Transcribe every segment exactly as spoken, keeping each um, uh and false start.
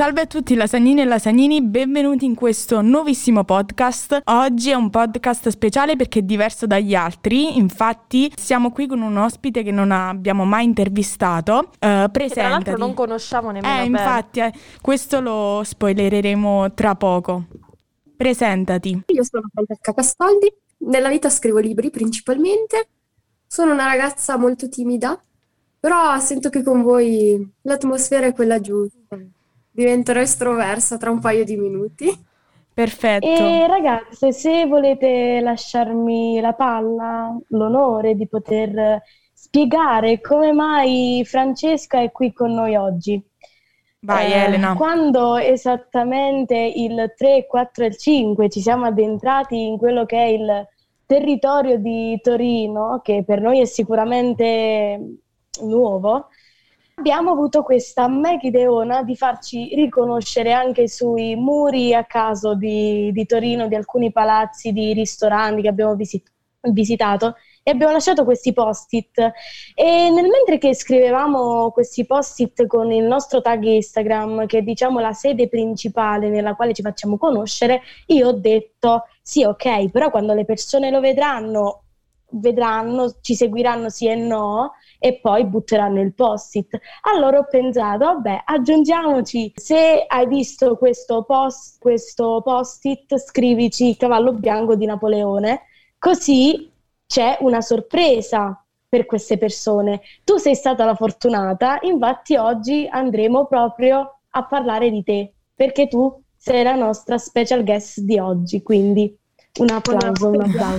Salve a tutti lasagnini e lasagnini, benvenuti in questo nuovissimo podcast. Oggi è un podcast speciale perché è diverso dagli altri, infatti siamo qui con un ospite che non abbiamo mai intervistato. Uh, presentati. Che tra l'altro non conosciamo nemmeno Eh, bene. infatti, eh, questo lo spoilereremo tra poco. Presentati. Io sono Francesca Castaldi, nella vita scrivo libri principalmente, sono una ragazza molto timida, però sento che con voi l'atmosfera è quella giusta. Diventerò estroversa tra un paio di minuti. Perfetto. E ragazze, se volete lasciarmi la palla, l'onore di poter spiegare come mai Francesca è qui con noi oggi. Vai Eh, Elena. Quando esattamente il tre, il quattro e il cinque ci siamo addentrati in quello che è il territorio di Torino, che per noi è sicuramente nuovo, abbiamo avuto questa mega ideona di farci riconoscere anche sui muri a caso di, di Torino, di alcuni palazzi, di ristoranti che abbiamo visit- visitato, e abbiamo lasciato questi post-it. E nel mentre che scrivevamo questi post-it con il nostro tag Instagram, che è diciamo la sede principale nella quale ci facciamo conoscere, io ho detto sì, ok, però quando le persone lo vedranno, vedranno, ci seguiranno sì e no, e poi butteranno il post-it. Allora ho pensato, vabbè, aggiungiamoci, se hai visto questo post, questo post-it, scrivici Cavallo Bianco di Napoleone, così c'è una sorpresa per queste persone. Tu sei stata la fortunata, infatti oggi andremo proprio a parlare di te, perché tu sei la nostra special guest di oggi, quindi un applauso, un applauso.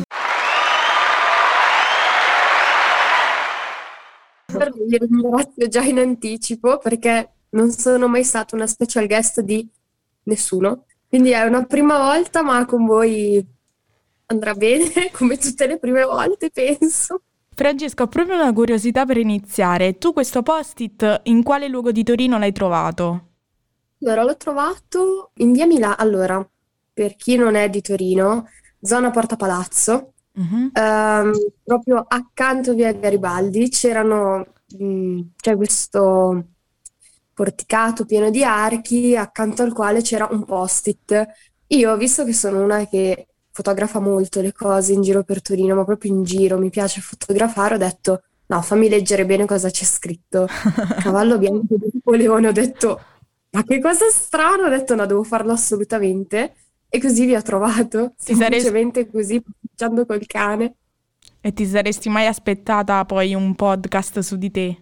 Vi ringrazio già in anticipo perché non sono mai stata una special guest di nessuno, quindi è una prima volta, ma con voi andrà bene, come tutte le prime volte, penso. Francesca, ho proprio una curiosità per iniziare. Tu questo post-it in quale luogo di Torino l'hai trovato? Allora, l'ho trovato in via Milano. Allora, per chi non è di Torino, zona Porta Palazzo, Mhm. ehm, proprio accanto a via Garibaldi, c'erano, mh, c'è questo porticato pieno di archi, accanto al quale c'era un post-it. Io, visto che sono una che fotografa molto le cose in giro per Torino, ma proprio in giro, mi piace fotografare, ho detto, no, fammi leggere bene cosa c'è scritto. Cavallo Bianco di Napoleone, ho detto, ma che cosa strana, ho detto, no, devo farlo assolutamente. E così vi ho trovato, Ti sarei- semplicemente così, passeggiando col cane. E ti saresti mai aspettata poi un podcast su di te?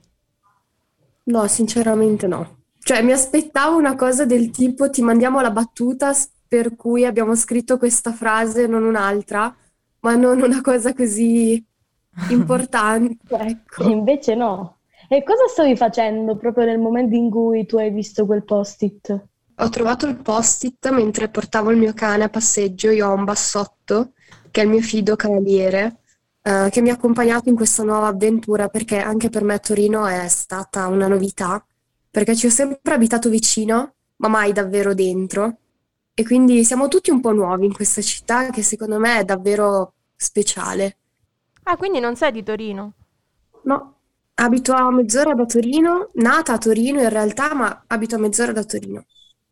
No, sinceramente no. Cioè, mi aspettavo una cosa del tipo, ti mandiamo la battuta s- per cui abbiamo scritto questa frase e non un'altra, ma non una cosa così importante, E ecco. invece no. E cosa stavi facendo proprio nel momento in cui tu hai visto quel post-it? Ho trovato il post-it mentre portavo il mio cane a passeggio. Io ho un bassotto, che è il mio fido cavaliere, eh, che mi ha accompagnato in questa nuova avventura, perché anche per me Torino è stata una novità, perché ci ho sempre abitato vicino, ma mai davvero dentro. E quindi siamo tutti un po' nuovi in questa città, che secondo me è davvero speciale. Ah, quindi non sei di Torino? No, abito a mezz'ora da Torino, nata a Torino in realtà, ma abito a mezz'ora da Torino.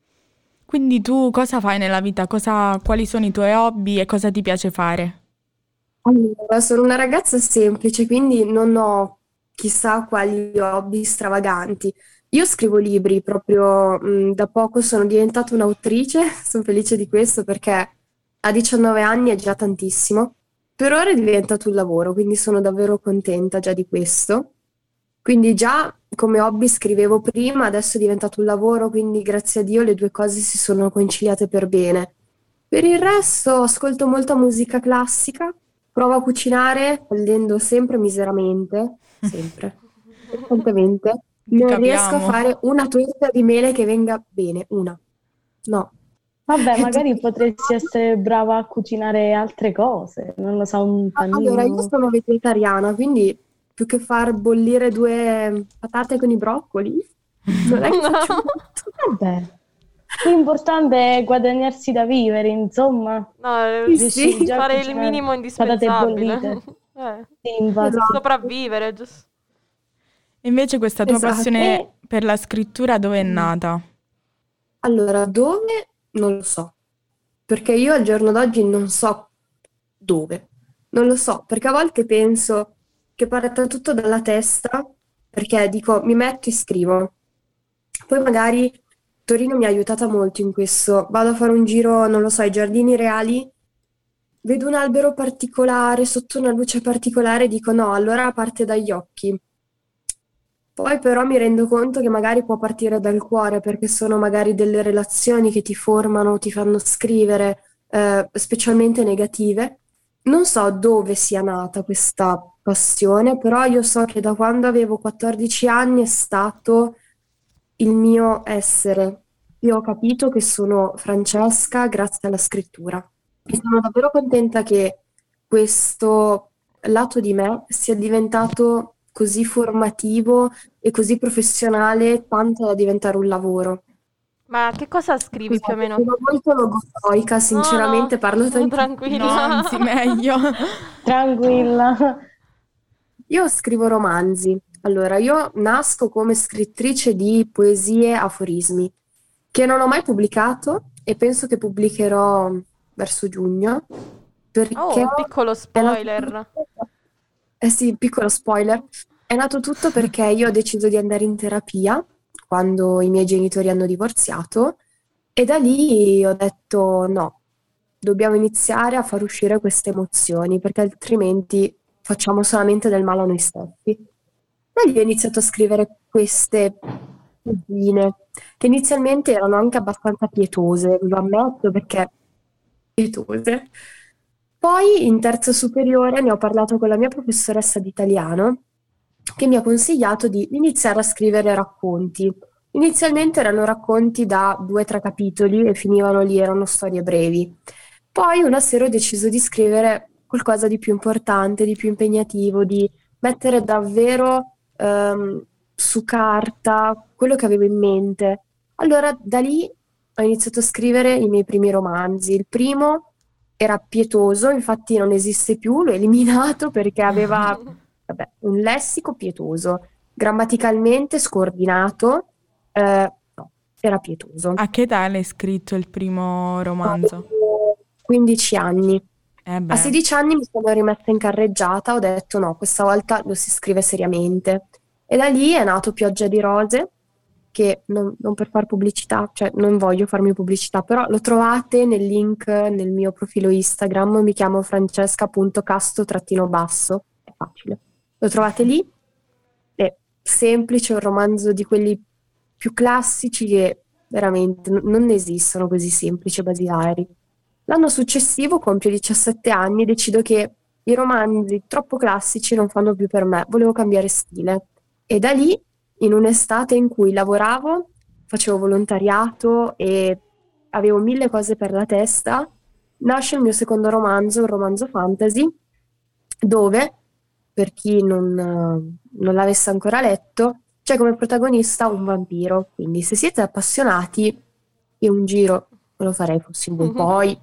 Quindi tu cosa fai nella vita? Cosa, quali sono i tuoi hobby e cosa ti piace fare? Allora, sono una ragazza semplice, quindi non ho chissà quali hobby stravaganti. Io scrivo libri, proprio mh, da poco sono diventata un'autrice, sono felice di questo perché a diciannove anni è già tantissimo. Per ora è diventato un lavoro, quindi sono davvero contenta già di questo. Quindi già come hobby scrivevo prima, adesso è diventato un lavoro, quindi grazie a Dio le due cose si sono conciliate per bene. Per il resto ascolto molta musica classica, provo a cucinare fallendo sempre miseramente, sempre, costantemente. Ti Non riesco a capiamo. fare una torta di mele che venga bene, una. No. Vabbè, È magari tutto potresti sbagliato. essere brava a cucinare altre cose, non lo so, un Ah, Allora, io panino. sono vegetariana, quindi più che far bollire due patate con i broccoli, non è che faccio No. molto. Vabbè, l'importante è guadagnarsi da vivere, insomma. No, eh, Sì, Riesci sì, già a fare il cucinare minimo patate indispensabile. bollite. Eh, Sì, infatti. esatto, sopravvivere, giusto. E invece questa tua esatto. passione E per la scrittura dove è mm, nata? Allora, dove? Non lo so, perché io al giorno d'oggi non so dove. Non lo so, perché a volte penso che parta tutto dalla testa, perché dico mi metto e scrivo. Poi magari Torino mi ha aiutata molto in questo. Vado a fare un giro, non lo so, ai Giardini Reali, vedo un albero particolare sotto una luce particolare e dico no, allora parte dagli occhi. Poi però mi rendo conto che magari può partire dal cuore perché sono magari delle relazioni che ti formano, ti fanno scrivere, eh, specialmente negative. Non so dove sia nata questa passione, però io so che da quando avevo quattordici anni è stato il mio essere. Io ho capito che sono Francesca grazie alla scrittura. E sono davvero contenta che questo lato di me sia diventato così formativo e così professionale, tanto da diventare un lavoro. Ma che cosa scrivi più o Scusate, meno? sono molto logofoica, No, no, sinceramente parlo no, tantissimo. No, anzi, tranquilla. meglio. Tranquilla. Io scrivo romanzi. Allora, io nasco come scrittrice di poesie e aforismi, che non ho mai pubblicato e penso che pubblicherò verso giugno, perché Oh, piccolo è nato spoiler. tutto... Eh sì, piccolo spoiler. È nato tutto perché io ho deciso di andare in terapia quando i miei genitori hanno divorziato e da lì ho detto no, dobbiamo iniziare a far uscire queste emozioni perché altrimenti facciamo solamente del male a noi stessi. Da lì ho iniziato a scrivere queste cosine che inizialmente erano anche abbastanza pietose, lo ammetto perché pietose. Poi in terza superiore ne ho parlato con la mia professoressa di italiano che mi ha consigliato di iniziare a scrivere racconti. Inizialmente erano racconti da due o tre capitoli e finivano lì, erano storie brevi. Poi una sera ho deciso di scrivere qualcosa di più importante, di più impegnativo, di mettere davvero ehm, su carta quello che avevo in mente. Allora da lì ho iniziato a scrivere i miei primi romanzi. Il primo era pietoso, infatti non esiste più, l'ho eliminato perché aveva, vabbè, un lessico pietoso, grammaticalmente scordinato, eh, no, era pietoso. A che età l'hai scritto il primo romanzo? Avevo quindici anni. Eh A beh, sedici anni mi sono rimessa in carreggiata, ho detto no, questa volta lo si scrive seriamente. E da lì è nato Pioggia di Rose, che non, non per far pubblicità, cioè non voglio farmi pubblicità, però lo trovate nel link nel mio profilo Instagram, mi chiamo francesca.casto-basso, è facile. Lo trovate lì, è semplice, un romanzo di quelli più classici che veramente n- non esistono così semplici e basilari. L'anno successivo compio diciassette anni e decido che i romanzi troppo classici non fanno più per me, volevo cambiare stile. E da lì, in un'estate in cui lavoravo, facevo volontariato e avevo mille cose per la testa, nasce il mio secondo romanzo, un romanzo fantasy, dove, per chi non, eh, non l'avesse ancora letto, c'è come protagonista un vampiro. Quindi se siete appassionati, io un giro me lo farei, fossi in voi poi.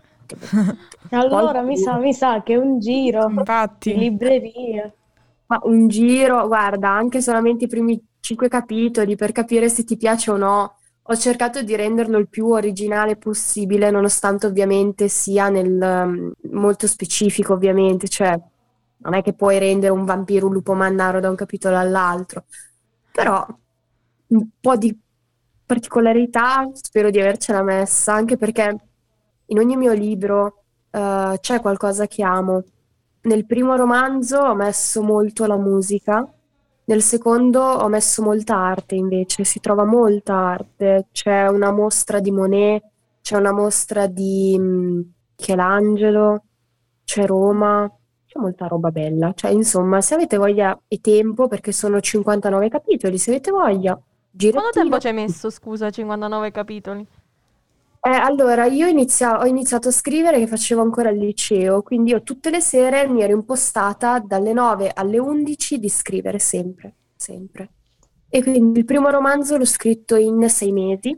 Poi, Allora mi sa, mi sa che un giro in infatti. libreria. ma un giro, guarda, anche solamente i primi cinque capitoli per capire se ti piace o no. Ho cercato di renderlo il più originale possibile, nonostante ovviamente sia nel, um, molto specifico, ovviamente, cioè non è che puoi rendere un vampiro un lupo mannaro da un capitolo all'altro, però un po' di particolarità spero di avercela messa, anche perché in ogni mio libro eh, c'è qualcosa che amo. Nel primo romanzo ho messo molto la musica, nel secondo ho messo molta arte invece, si trova molta arte, c'è una mostra di Monet, c'è una mostra di mm, Michelangelo, c'è Roma, c'è molta roba bella, cioè insomma se avete voglia e tempo, perché sono cinquantanove capitoli, se avete voglia, Quanto tempo girettino. ci hai messo, scusa, cinquantanove capitoli? Eh, allora, io inizia- ho iniziato a scrivere che facevo ancora il liceo, quindi io tutte le sere mi ero impostata dalle nove alle undici di scrivere sempre, sempre. E quindi il primo romanzo l'ho scritto in sei mesi,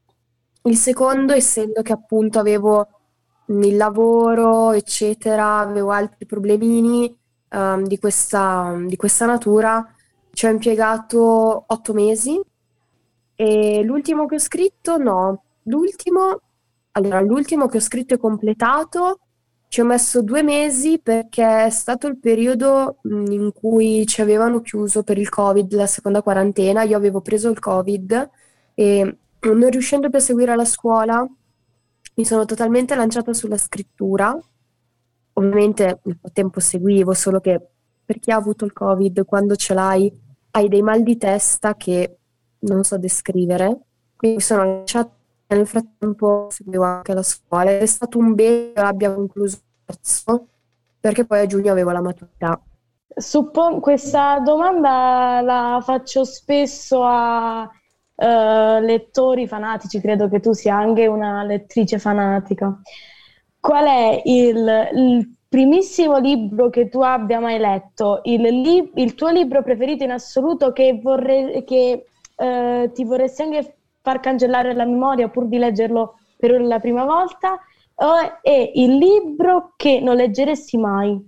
il secondo, essendo che appunto avevo mh, il lavoro, eccetera, avevo altri problemini ehm, di questa, di questa natura, ci ho impiegato otto mesi e l'ultimo che ho scritto, no. l'ultimo, allora, l'ultimo che ho scritto e completato ci ho messo due mesi perché è stato il periodo mh, in cui ci avevano chiuso per il Covid, la seconda quarantena. Io avevo preso il Covid e non riuscendo più a seguire la scuola, mi sono totalmente lanciata sulla scrittura. Ovviamente nel frattempo seguivo, solo che per chi ha avuto il Covid, quando ce l'hai, hai dei mal di testa che non so descrivere. Quindi mi sono lanciata e nel frattempo seguivo anche la scuola. È stato un bene che abbia concluso il corso, perché poi a giugno avevo la maturità. Suppon- questa domanda la faccio spesso a eh, lettori fanatici, credo che tu sia anche una lettrice fanatica. Qual è il, il primissimo libro che tu abbia mai letto? Il, li- il tuo libro preferito in assoluto che, vorrei, che eh, ti vorresti anche far cancellare la memoria pur di leggerlo per la prima volta? O è il libro che non leggeresti mai?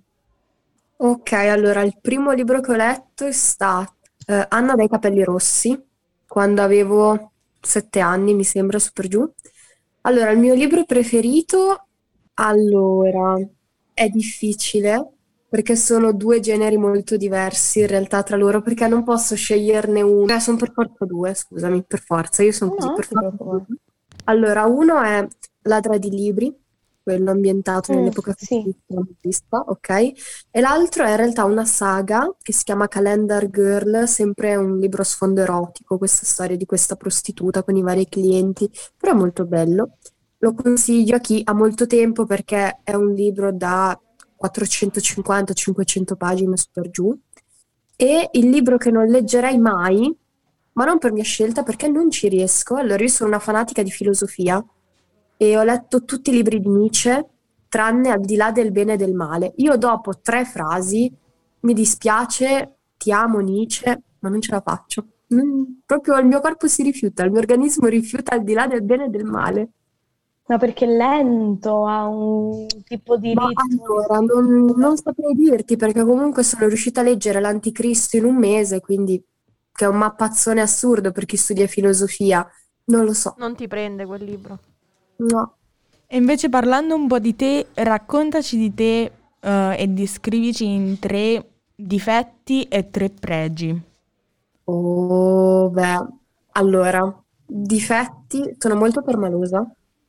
Ok, allora il primo libro che ho letto è stato eh, Anna dai capelli rossi, quando avevo sette anni, mi sembra, su per giù. Allora, il mio libro preferito, allora, è difficile perché sono due generi molto diversi in realtà tra loro, perché non posso sceglierne uno. Eh, sono per forza due, scusami, per forza, io sono No, così, non per ti forza preoccupare. due. Allora, uno è Ladra di libri, quello ambientato Mm, nell'epoca sì. fascista, ok? E l'altro è in realtà una saga che si chiama Calendar Girl, sempre un libro a sfondo erotico, questa storia di questa prostituta con i vari clienti, però è molto bello. Lo consiglio a chi ha molto tempo perché è un libro da quattrocentocinquanta cinquecento pagine su per giù. E il libro che non leggerei mai, ma non per mia scelta, perché non ci riesco. Allora, io sono una fanatica di filosofia e ho letto tutti i libri di Nietzsche, tranne Al di là del bene e del male. Io dopo tre frasi mi dispiace, ti amo Nietzsche, ma non ce la faccio. Non- proprio il mio corpo si rifiuta, il mio organismo rifiuta Al di là del bene e del male. Ma perché è lento, ha un tipo di Ma ritmo. allora, non, non saprei dirti perché comunque sono riuscita a leggere l'Anticristo in un mese, quindi che è un mappazzone assurdo per chi studia filosofia. Non lo so, Non ti prende quel libro. no. E invece parlando un po' di te, raccontaci di te eh, e descrivici in tre difetti e tre pregi. Oh, beh, allora, difetti, sono molto permalosa,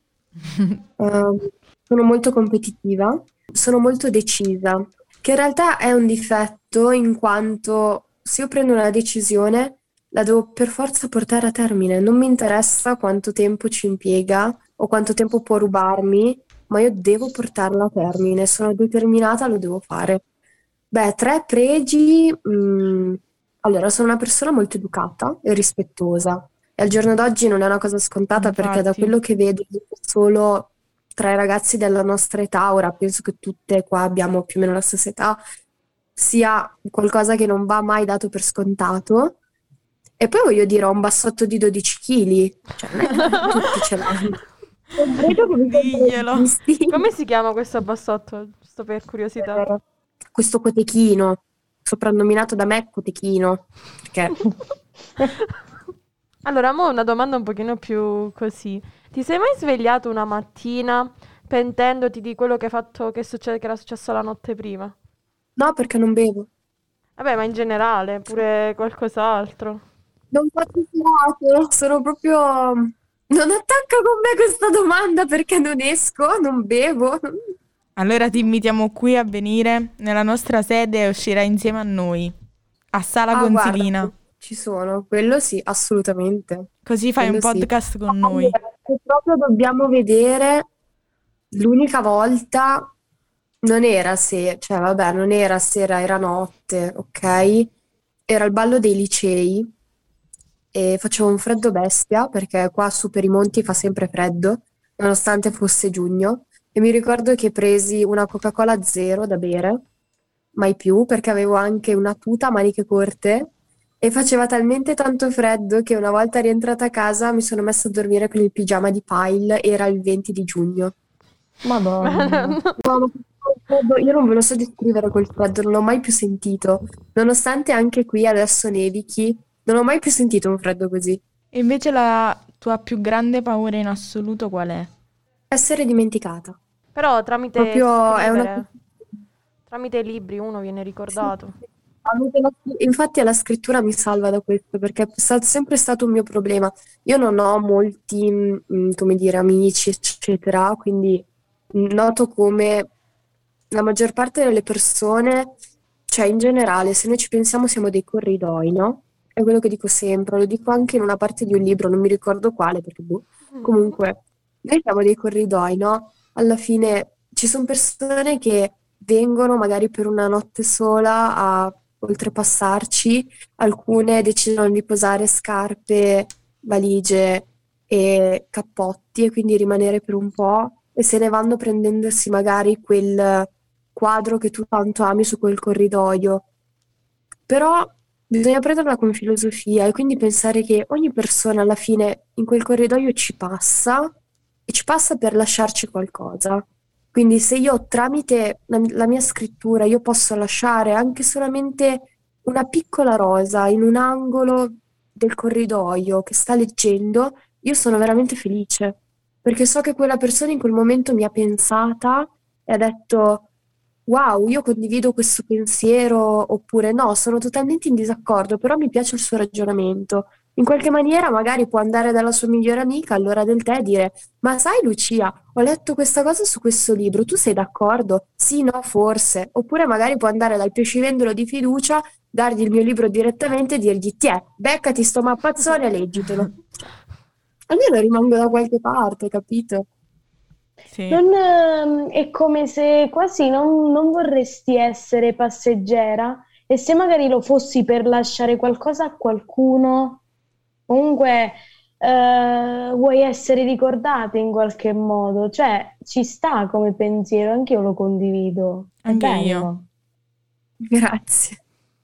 ehm, sono molto competitiva, sono molto decisa, che in realtà è un difetto in quanto se io prendo una decisione la devo per forza portare a termine, non mi interessa quanto tempo ci impiega o quanto tempo può rubarmi, ma io devo portarla a termine, sono determinata, lo devo fare. Beh, tre pregi. mm, allora, sono una persona molto educata e rispettosa. E al giorno d'oggi non è una cosa scontata perché da Infatti, quello che vedo solo tra i ragazzi della nostra età, ora penso che tutte qua abbiamo più o meno la stessa età, sia qualcosa che non va mai dato per scontato. E poi voglio dire, ho un bassotto di dodici chili, cioè non è che tutti ce l'hanno. Non credo che mi sembrano diglielo. giusti. Come si chiama questo bassotto? Giusto per curiosità. Eh, Questo cotechino, soprannominato da me cotechino, perché Allora, mo una domanda un pochino più così. Ti sei mai svegliato una mattina pentendoti di quello che hai fatto, che succede, che era successo la notte prima? no, perché non bevo. Vabbè, ma in generale, pure qualcos'altro. Non faccio serate, sono proprio... Non attacca con me questa domanda perché non esco, non bevo. Allora ti invitiamo qui a venire nella nostra sede e uscirai insieme a noi, a Sala Ah, guarda, Consilina. ci sono, quello sì, assolutamente. Così fai un Quello sì. podcast con No, noi. allora, se proprio dobbiamo vedere, l'unica volta non era se, cioè vabbè, non era sera, era notte, ok? Era il ballo dei licei e faceva un freddo bestia perché qua su per i monti fa sempre freddo, nonostante fosse giugno. E mi ricordo che presi una Coca-Cola zero da bere, mai più, perché avevo anche una tuta a maniche corte e faceva talmente tanto freddo che una volta rientrata a casa mi sono messa a dormire con il pigiama di Pile, era il venti di giugno. Madonna. No, ma quel freddo- io non ve lo so descrivere quel freddo, non l'ho mai più sentito. Nonostante anche qui adesso nevichi, non ho mai più sentito un freddo così. E invece la tua più grande paura in assoluto qual è? Essere dimenticata. Però tramite Proprio è una... scrivere, tramite i libri uno viene Sì, ricordato. tramite la- infatti la scrittura mi salva da questo perché è sta- sempre stato un mio problema. Io non ho molti, mm, come dire, amici, eccetera, quindi noto come la maggior parte delle persone, cioè in generale, se noi ci pensiamo siamo dei corridoi, no? È quello che dico sempre, lo dico anche in una parte di un libro, non mi ricordo quale, perché boh. Comunque, noi siamo dei corridoi, no? Alla fine ci sono persone che vengono magari per una notte sola a oltrepassarci, alcune decidono di posare scarpe, valigie e cappotti e quindi rimanere per un po' e se ne vanno prendendosi magari quel quadro che tu tanto ami su quel corridoio. Però bisogna prenderla con filosofia e quindi pensare che ogni persona alla fine in quel corridoio ci passa e ci passa per lasciarci qualcosa. Quindi se io tramite la, la mia scrittura io posso lasciare anche solamente una piccola rosa in un angolo del corridoio che sta leggendo, io sono veramente felice, perché so che quella persona in quel momento mi ha pensata e ha detto wow, io condivido questo pensiero oppure no, sono totalmente in disaccordo, però mi piace il suo ragionamento. In qualche maniera magari può andare dalla sua migliore amica all'ora del tè e dire ma sai Lucia, ho letto questa cosa su questo libro, tu sei d'accordo? Sì, no, forse. Oppure magari può andare dal pescivendolo di fiducia, dargli il mio libro direttamente e dirgli tiè, beccati sto mappazzone e leggitelo. Almeno rimango da qualche parte, capito? Sì. Non, ehm, è come se quasi non, non vorresti essere passeggera e se magari lo fossi per lasciare qualcosa a qualcuno, comunque eh, vuoi essere ricordata in qualche modo, cioè ci sta come pensiero, anch'io lo condivido, è Anche bello. io. Grazie.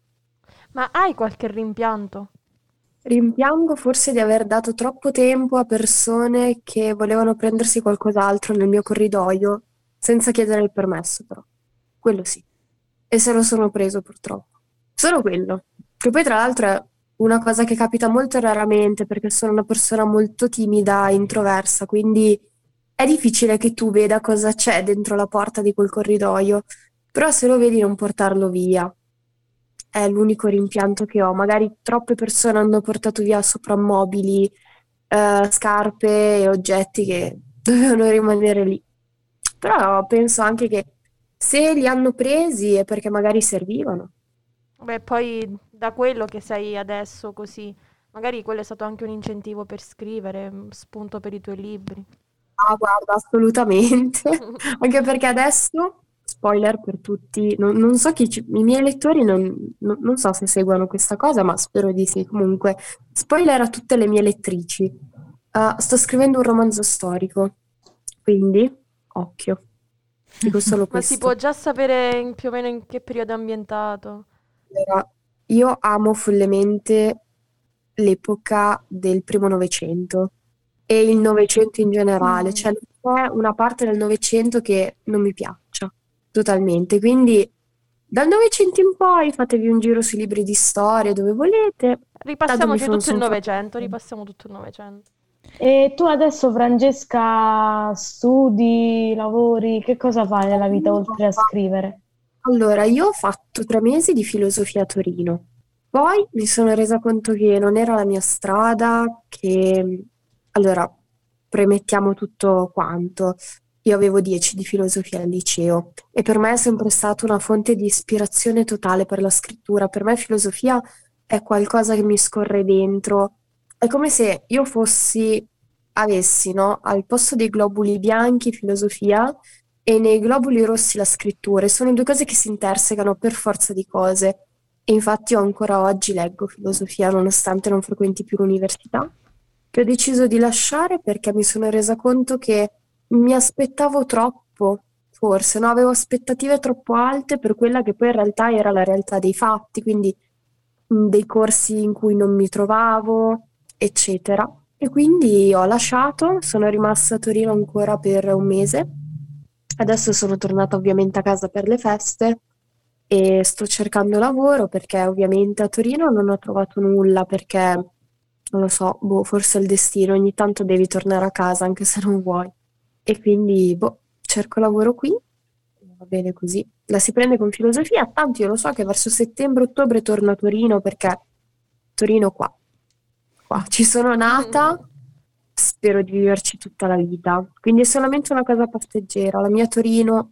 Ma hai qualche rimpianto? Rimpiango forse di aver dato troppo tempo a persone che volevano prendersi qualcos'altro nel mio corridoio, senza chiedere il permesso, però. Quello sì. E se lo sono preso purtroppo. Solo quello. Che poi tra l'altro è una cosa che capita molto raramente perché sono una persona molto timida e introversa, quindi è difficile che tu veda cosa c'è dentro la porta di quel corridoio, però se lo vedi non portarlo via. È l'unico rimpianto che ho. Magari troppe persone hanno portato via soprammobili, eh, scarpe e oggetti che dovevano rimanere lì. Però penso anche che se li hanno presi è perché magari servivano. Beh, poi da quello che sei adesso così, magari quello è stato anche un incentivo per scrivere, un spunto per i tuoi libri. Ah, guarda, assolutamente. Anche perché adesso, spoiler per tutti, non, non so chi, ci- i miei lettori non, non- non so se seguono questa cosa, ma spero di sì. Comunque, spoiler a tutte le mie lettrici. Ah, sto scrivendo un romanzo storico, quindi occhio. Dico solo Ma si questo. può già sapere in- più o meno in che periodo è ambientato? Allora, io amo follemente l'epoca del primo Novecento e il Novecento in generale, Mm. cioè non c'è una parte del Novecento che non mi piaccia totalmente. Quindi dal Novecento in poi fatevi un giro sui libri di storia dove volete. Tanto mi Ripassiamoci sono tutto il son fatta. Novecento, ripassiamo tutto il Novecento. E tu adesso, Francesca, studi, lavori, che cosa fai nella vita oltre a scrivere? Allora, io ho fatto tre mesi di filosofia a Torino, poi mi sono resa conto che non era la mia strada, che allora premettiamo tutto quanto. Io avevo dieci di filosofia al liceo e per me è sempre stata una fonte di ispirazione totale per la scrittura. Per me filosofia è qualcosa che mi scorre dentro. È come se io fossi, avessi, no, al posto dei globuli bianchi filosofia e nei globuli rossi la scrittura, e sono due cose che si intersecano per forza di cose. E infatti io ancora oggi leggo filosofia nonostante non frequenti più l'università, che ho deciso di lasciare perché mi sono resa conto che mi aspettavo troppo, forse, no? Avevo aspettative troppo alte per quella che poi in realtà era la realtà dei fatti, quindi mh, dei corsi in cui non mi trovavo, eccetera. E quindi ho lasciato, sono rimasta a Torino ancora per un mese. Adesso sono tornata ovviamente a casa per le feste e sto cercando lavoro perché ovviamente a Torino non ho trovato nulla perché non lo so, boh, forse è il destino, ogni tanto devi tornare a casa anche se non vuoi. E quindi, boh, cerco lavoro qui, va bene così. La si prende con filosofia, tanto io lo so che verso settembre-ottobre torno a Torino perché Torino qua, qua ci sono nata, spero di viverci tutta la vita. Quindi è solamente una cosa passeggera, la mia Torino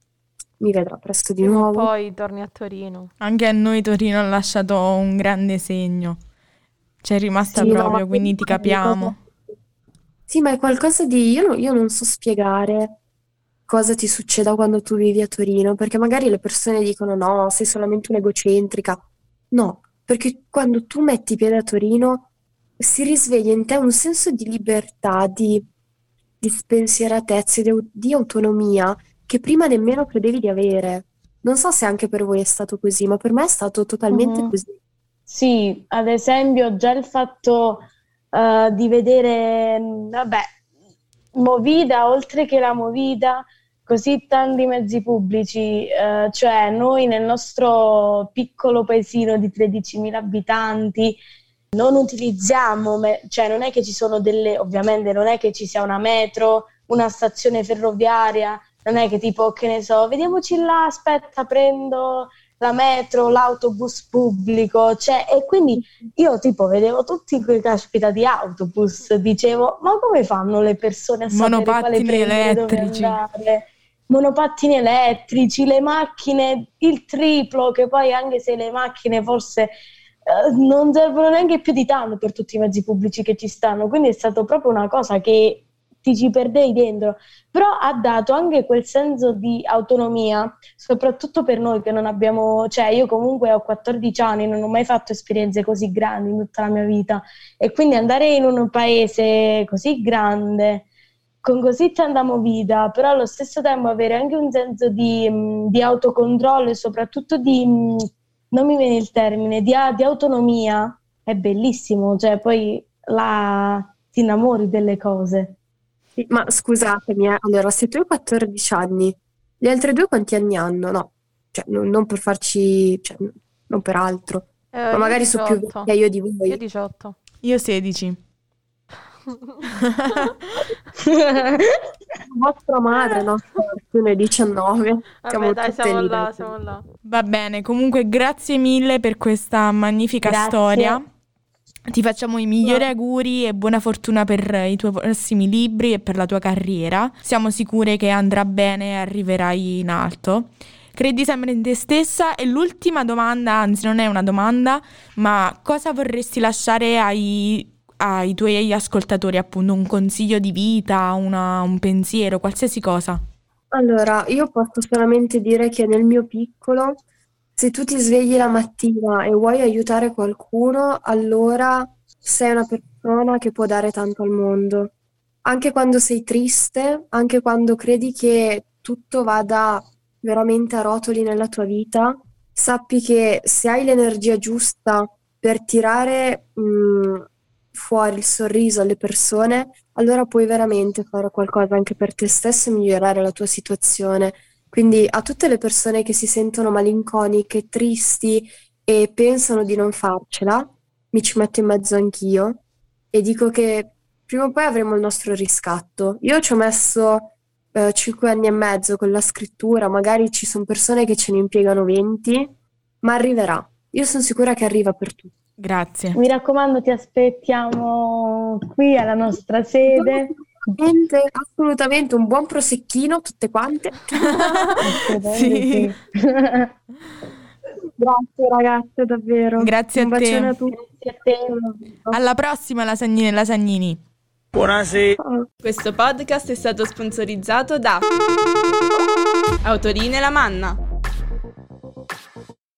mi vedrà presto di Prima o nuovo. poi torni a Torino. Anche a noi Torino ha lasciato un grande segno. C'è rimasta Sì, no, proprio, ma quindi ti poi è capiamo. qualcosa- Sì, ma è qualcosa di... Io, no- io non so spiegare cosa ti succeda quando tu vivi a Torino, perché magari le persone dicono no, sei solamente un'egocentrica. No, perché quando tu metti piede a Torino si risveglia in te un senso di libertà, di, di spensieratezza, di, au- di autonomia che prima nemmeno credevi di avere. Non so se anche per voi è stato così, ma per me è stato totalmente Mhm. così. Sì, ad esempio già il fatto eh, di vedere, mh, vabbè, Movida, oltre che la Movida, così tanti mezzi pubblici, eh, cioè noi nel nostro piccolo paesino di tredicimila abitanti non utilizziamo, me- cioè non è che ci sono delle, ovviamente non è che ci sia una metro, una stazione ferroviaria, non è che tipo, che ne so, vediamoci là, aspetta, prendo la metro, l'autobus pubblico, cioè, e quindi io tipo vedevo tutti quei caspita di autobus, dicevo, ma come fanno le persone a sapere quale Monopattini prendere, dove elettrici. andare? Monopattini elettrici, le macchine, il triplo, che poi anche se le macchine forse eh, non servono neanche più di tanto per tutti i mezzi pubblici che ci stanno, quindi è stato proprio una cosa che ti ci perdevi dentro, però ha dato anche quel senso di autonomia, soprattutto per noi che non abbiamo, cioè io comunque ho quattordici anni, non ho mai fatto esperienze così grandi in tutta la mia vita e quindi andare in un paese così grande, con così tanta movida, però allo stesso tempo avere anche un senso di, mh, di autocontrollo e soprattutto di, mh, non mi viene il termine, di, di autonomia, è bellissimo, cioè poi là ti innamori delle cose. Sì, ma scusatemi, eh, allora, se tu hai quattordici anni, le altre due quanti anni hanno? No, cioè, non, non per farci, cioè, non per altro, Eh, ma io magari so più diciotto. vecchia io di Io voi. diciotto. Io sedici. Vostra madre, no? Tu ne hai diciannove, siamo Vabbè, dai, tutte siamo lì. là, siamo là. Va bene, comunque grazie mille per questa magnifica Grazie. storia. Ti facciamo i migliori auguri e buona fortuna per i tuoi prossimi libri e per la tua carriera. Siamo sicure che andrà bene e arriverai in alto. Credi sempre in te stessa e l'ultima domanda, anzi non è una domanda, ma cosa vorresti lasciare ai, ai tuoi ascoltatori, appunto, un consiglio di vita, una- un pensiero, qualsiasi cosa? Allora, io posso solamente dire che nel mio piccolo, se tu ti svegli la mattina e vuoi aiutare qualcuno, allora sei una persona che può dare tanto al mondo. Anche quando sei triste, anche quando credi che tutto vada veramente a rotoli nella tua vita, sappi che se hai l'energia giusta per tirare, mh, fuori il sorriso alle persone, allora puoi veramente fare qualcosa anche per te stesso e migliorare la tua situazione. Quindi a tutte le persone che si sentono malinconiche, tristi e pensano di non farcela, mi ci metto in mezzo anch'io e dico che prima o poi avremo il nostro riscatto. Io ci ho messo eh, cinque anni e mezzo con la scrittura, magari ci sono persone che ce ne impiegano venti, ma arriverà. Io sono sicura che arriva per tutti. Grazie. Mi raccomando, ti aspettiamo qui alla nostra sede. Assolutamente, assolutamente, un buon prosecchino tutte quante. Assolutamente Sì. sì. Grazie ragazze, davvero. Grazie Un a te. bacione a tutti. Grazie a te. Alla prossima, Lasagnini e Lasagnini. Buonasera. Ciao. Questo podcast è stato sponsorizzato da Autorine La Manna.